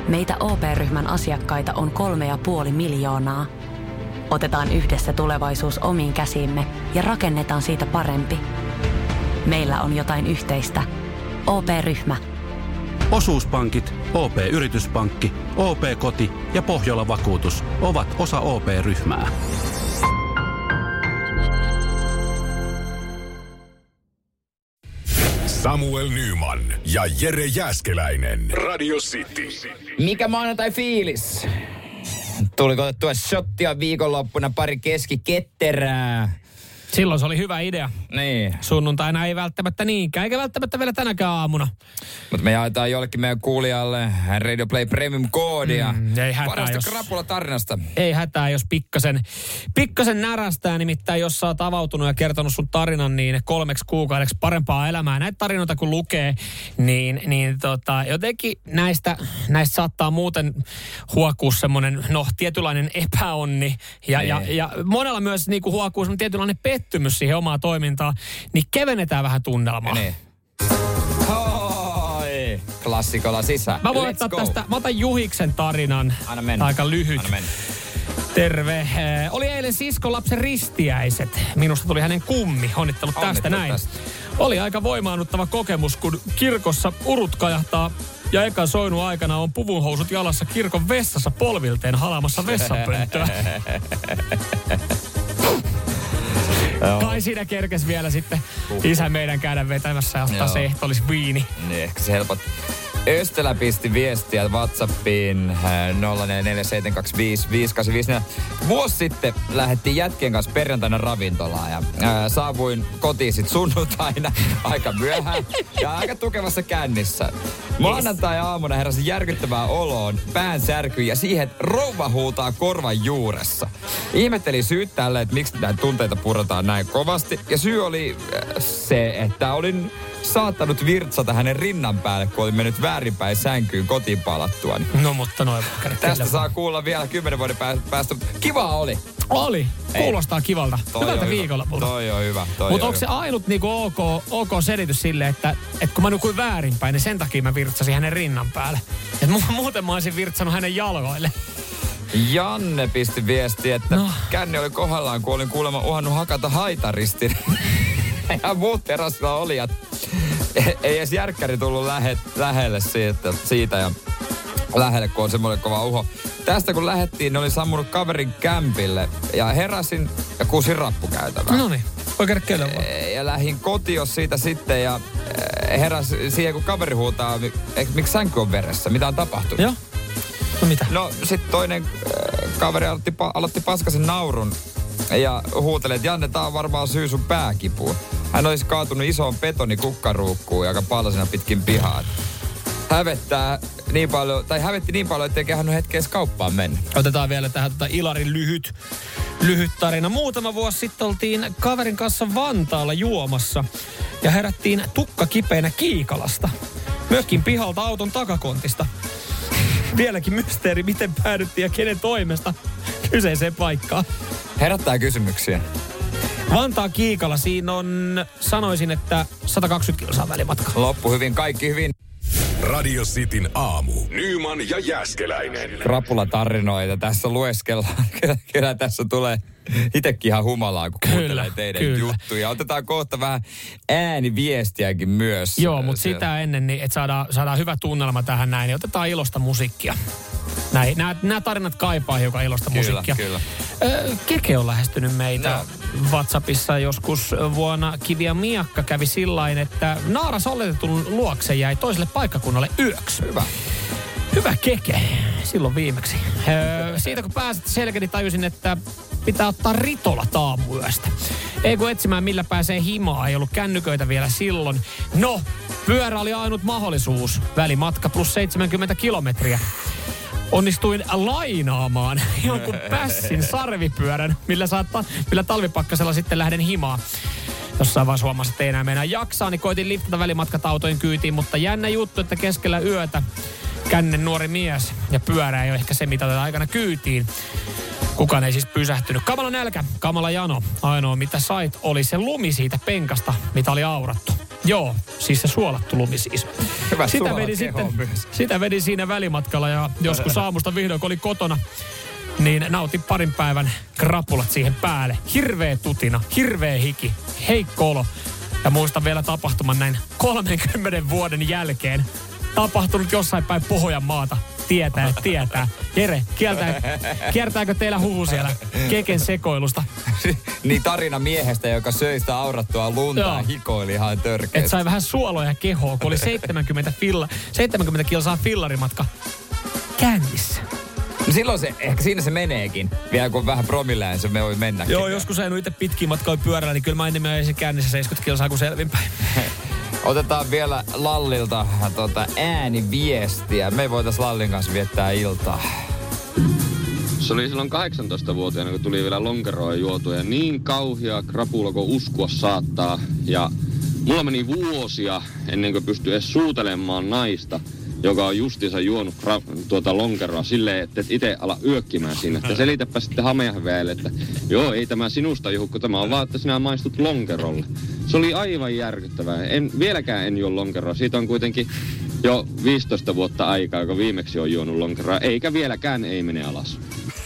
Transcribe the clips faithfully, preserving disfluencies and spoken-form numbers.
Meitä O P-ryhmän asiakkaita on kolme ja puoli miljoonaa. Otetaan yhdessä tulevaisuus omiin käsiimme ja rakennetaan siitä parempi. Meillä on jotain yhteistä. O P-ryhmä. Osuuspankit, O P-yrityspankki, O P-koti ja Pohjola-vakuutus ovat osa O P-ryhmää. Samuel Nyman ja Jere Jääskeläinen. Radio City. Mikä maanantai fiilis? Tuliko otettua shottia viikonloppuna pari keskiketterää? Silloin se oli hyvä idea. Niin. Sunnuntaina ei välttämättä niinkään, eikä välttämättä vielä tänäkään aamuna. Mutta me jaetaan jollekin meidän kuulijalle Radio Play Premium-koodia. Mm, ei hätää, parasta jos... krapula-tarinasta. Ei hätää, jos pikkasen, pikkasen närästää. Nimittäin, jos sä oot avautunut ja kertonut sun tarinan, niin kolmeksi kuukaudeksi parempaa elämää. Näitä tarinoita kun lukee, niin, niin tota, jotenkin näistä, näistä saattaa muuten huokua semmoinen, no, tietynlainen epäonni. Ja, ja, ja monella myös niin huokuu semmoinen tietynlainen pettymys siihen omaan toimintaan. Niin kevennetään vähän tunnelmaa. Niin. Hoi! Klassikolla sisään. Mä voin ottaa tästä, mä otan Juhiksen tarinan. Aina mennä. Aika lyhyt. Aina mennä. Terve. Eh, oli eilen siskon lapsen ristiäiset. Minusta tuli hänen kummi. Onnittelut tästä Onnittelut näin. tästä. Oli aika voimaannuttava kokemus, kun kirkossa urut kajahtaa ja ekan soinun aikana on puvunhousut jalassa kirkon vessassa polvilteen halaamassa vessanpönttöä. Kai siinä kerkes vielä sitten isä meidän käydä vetämässä ja ottaa se ehtoolis viini. Niin, ehkä se helpot. Östelä pisti viestiä WhatsAppiin nolla neljä neljä seitsemän kaksi viisi viisi kahdeksan viisi. Vuosi sitten lähdettiin jätkien kanssa perjantaina ravintolaan ja ää, saavuin kotiin sit sunnuntaina aika myöhään ja aika tukevassa kännissä. Maanantai-aamuna heräsin järkyttävään oloon, pään särkyi ja siihen, että rouva huutaa korvan juuressa. Ihmettelin syyt tälle, että miksi näitä tunteita purrataan näin kovasti. Ja syy oli se, että olin saattanut virtsata hänen rinnan päälle, kun olin mennyt väärinpäin sänkyyn kotiin palattua. No mutta noin. Tästä saa kuulla vielä kymmenen vuoden päästä. Kivaa oli. Oli. Kuulostaa Ei. kivalta. Toi Hyvältä viikonlopulta. Toi on hyvä. Mutta onko se ainut niinku ok, ok selitys sille, että et kun mä nukuin väärinpäin, niin sen takia mä virtsasin hänen rinnan päälle. Et mu- muuten mä olisin virtsannut hänen jalkoille. Janne pisti viestiä, että no. Känni oli kohdallaan, kun olin kuulemma uhannut hakata haitaristin. Ja muut terassilla olijat. Ei edes järkkäri tullut lähe, lähelle siitä, siitä ja lähelle, kun on semmoinen kova uho. Tästä kun lähdettiin, ne oli sammunut kaverin kämpille ja heräsin ja kuusin rappukäytävää. No niin, voi käydä kellä vaan. Ja lähdin kotiin siitä sitten ja heräsin siihen, kun kaveri huutaa, miksi sänky on veressä, mitä on tapahtunut? Joo, no mitä? No sit toinen äh, kaveri aloitti, aloitti paskasen naurun ja huuteli, että Janne, tää on varmaan syy sun pääkipuun. Hän olisi kaatunut isoon betonikukkaruukkuun, joka palasina pitkin pihaa. Hävettää niin paljon, tai hävetti niin paljon, ettei kehannut hetkeä kauppaan mennä. Otetaan vielä tähän tota Ilarin lyhyt, lyhyt tarina. Muutama vuosi sitten oltiin kaverin kanssa Vantaalla juomassa ja herättiin tukka kipeänä Kiikalasta. Mökin pihalta auton takakontista. Vieläkin mysteeri, miten päädyttiin ja kenen toimesta kyseiseen paikkaan. Herättää kysymyksiä. Vantaa Kiikala, siinä on, sanoisin, että sata kaksikymmentä kilsaa välimatka. Loppu hyvin, kaikki hyvin. Radio Cityn aamu. Nyman ja Jääskeläinen. Krapulatarinoita tässä lueskellaan. Kyllä, kyllä tässä tulee itsekin ihan humalaa, kun kyllä, kuuntelee teidän kyllä. juttuja. Otetaan kohta vähän ääniviestiäkin myös. Joo, mutta sitä ennen, niin, että saadaan, saadaan hyvä tunnelma tähän näin, niin otetaan ilosta musiikkia. Näin, nämä, nämä tarinat kaipaa hiukan ilosta kyllä, musiikkia. Kyllä. Öö, Keke on lähestynyt meitä no. WhatsAppissa joskus vuonna. Kivi ja Miakka kävi sillain, että naaras oletetun luokse jäi toiselle paikkakunnalle yöksi. Hyvä. Hyvä Keke. Silloin viimeksi. Öö, siitä kun pääsit selkeästi tajusin, että pitää ottaa ritola aamuyöstä. Ei kun etsimään millä pääsee himaa, ei ollut kännyköitä vielä silloin. No, pyörä oli ainut mahdollisuus. Välimatka plus seitsemänkymmentä kilometriä. Onnistuin lainaamaan jonkun pässin sarvipyörän, millä, saattaa, millä talvipakkasella sitten lähden himaan. Jossain vaiheessa huomasin, että ei enää mennä jaksaa, niin koitin liftata välimatkat autojen kyytiin, mutta jännä juttu, että keskellä yötä kännen nuori mies ja pyörä ei ole ehkä se, mitä otetaan aikana kyytiin. Kukaan ei siis pysähtynyt. Kamala nälkä, kamala jano. Ainoa mitä sait oli se lumi siitä penkasta, mitä oli aurattu. Joo, siis se suolattu lumi siis. Hyvä sitä vedi, sitten, sitä vedi siinä välimatkalla ja joskus aamusta vihdoin, kun oli kotona, niin nautin parin päivän krapulat siihen päälle. Hirveä tutina, hirveä hiki, heikko olo. Ja muistan vielä tapahtuman näin kolmenkymmenen vuoden jälkeen. Tapahtunut jossain päin Pohjanmaata. Tietää, tietää. Jere, kieltää, kiertääkö teillä huhu siellä keken sekoilusta? Niin tarina miehestä, joka söi sitä aurattua lunta ja hikoili ihan törkeästi. Et sai vähän suoloja kehoa, kun oli seitsemänkymmentä, filla, seitsemänkymmentä kilsaa fillarimatka kännissä. No silloin se, ehkä siinä se meneekin. Vielä kun vähän promilleen se me voi mennäkin. Joo, joskus en itse pitkin matkoja pyörällä, niin kyllä mä enemmän olisin kännissä seitsemänkymmentä kilsaa kuin selvinpäin. Otetaan vielä Lallilta tuota, ääniviestiä. Me voitais Lallin kanssa viettää iltaa. Se oli silloin kahdeksantoistavuotiaana, kun tuli vielä lonkeroa juotua. Ja niin kauhea krapula, kun uskoa saattaa. Ja mulla meni vuosia ennen kuin pystyi edes suutelemaan naista, joka on justiinsa juonut tuota lonkeroa silleen, että et itse ala yökkimään siinä. Että selitäpä sitten Hameanväelle, että joo, ei tämä sinusta juhu, kun tämä on vaan, että sinä maistut lonkerolle. Se oli aivan järkyttävää. En, vieläkään en juo lonkeroa. Siitä on kuitenkin jo viisitoista vuotta aikaa, joka viimeksi on juonut lonkeroa. Eikä vieläkään ei mene alas.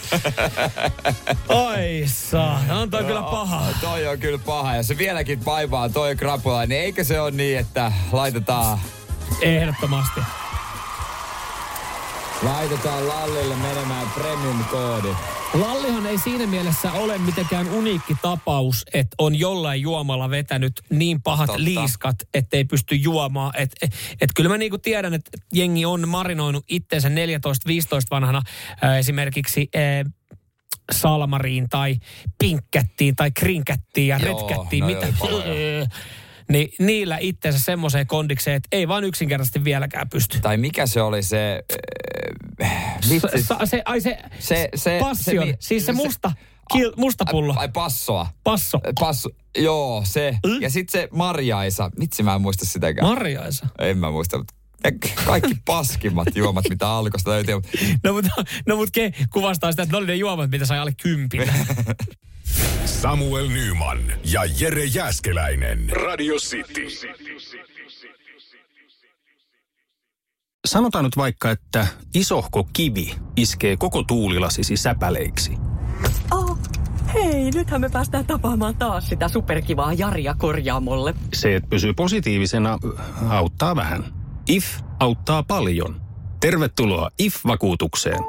Ai saa, on toi kyllä paha. Toi on kyllä paha. Ja se vieläkin paivaa toi krapula, niin eikö se ole niin, että laitetaan... Ehdottomasti. Laitetaan Lallille menemään premium-koodi. Lallihan ei siinä mielessä ole mitenkään uniikki tapaus, että on jollain juomalla vetänyt niin pahat Totta. liiskat, ettei pysty juomaan. Että et, et kyllä mä niinku tiedän, että jengi on marinoinut itsensä neljätoista viisitoista vanhana äh, esimerkiksi äh, salmariin tai pinkkättiin tai krinkättiin ja Joo, retkättiin. No mitä? Niin niillä itsensä semmoiseen kondikseen, että ei vaan yksinkertaisesti vieläkään pysty. Tai mikä se oli se... Äh, vitsi. Sa, se, ai se, se, se passion, se, siis se musta, kil, musta pullo. Ai, ai passoa. Passo. Passo, joo se. Mm? Ja sit se Marjaisa, mitsi mä en muista sitäkään. Marjaisa? En mä muista, mutta kaikki paskimmat juomat, mitä Allikosta löytyy. No mutta no, mut ke, kuvastaa sitä, että ne oli ne juomat, mitä sai alle kympillä. Samuel Nyman ja Jere Jääskeläinen. Radio City. Sanotaan nyt vaikka, että isohko kivi iskee koko tuulilasisi säpäleiksi. Oh, hei, nythän me päästään tapaamaan taas sitä superkivaa Jaria korjaamolle. Se, että pysyy positiivisena, auttaa vähän. I F auttaa paljon. Tervetuloa I F-vakuutukseen.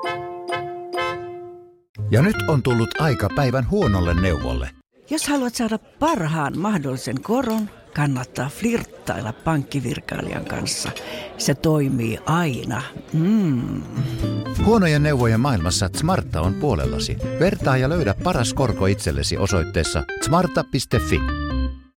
Ja nyt on tullut aika päivän huonolle neuvolle. Jos haluat saada parhaan mahdollisen koron, kannattaa flirttailla pankkivirkailijan kanssa. Se toimii aina. Mm. Huonojen neuvojen maailmassa Smarta on puolellasi. Vertaa ja löydä paras korko itsellesi osoitteessa smarta piste fi.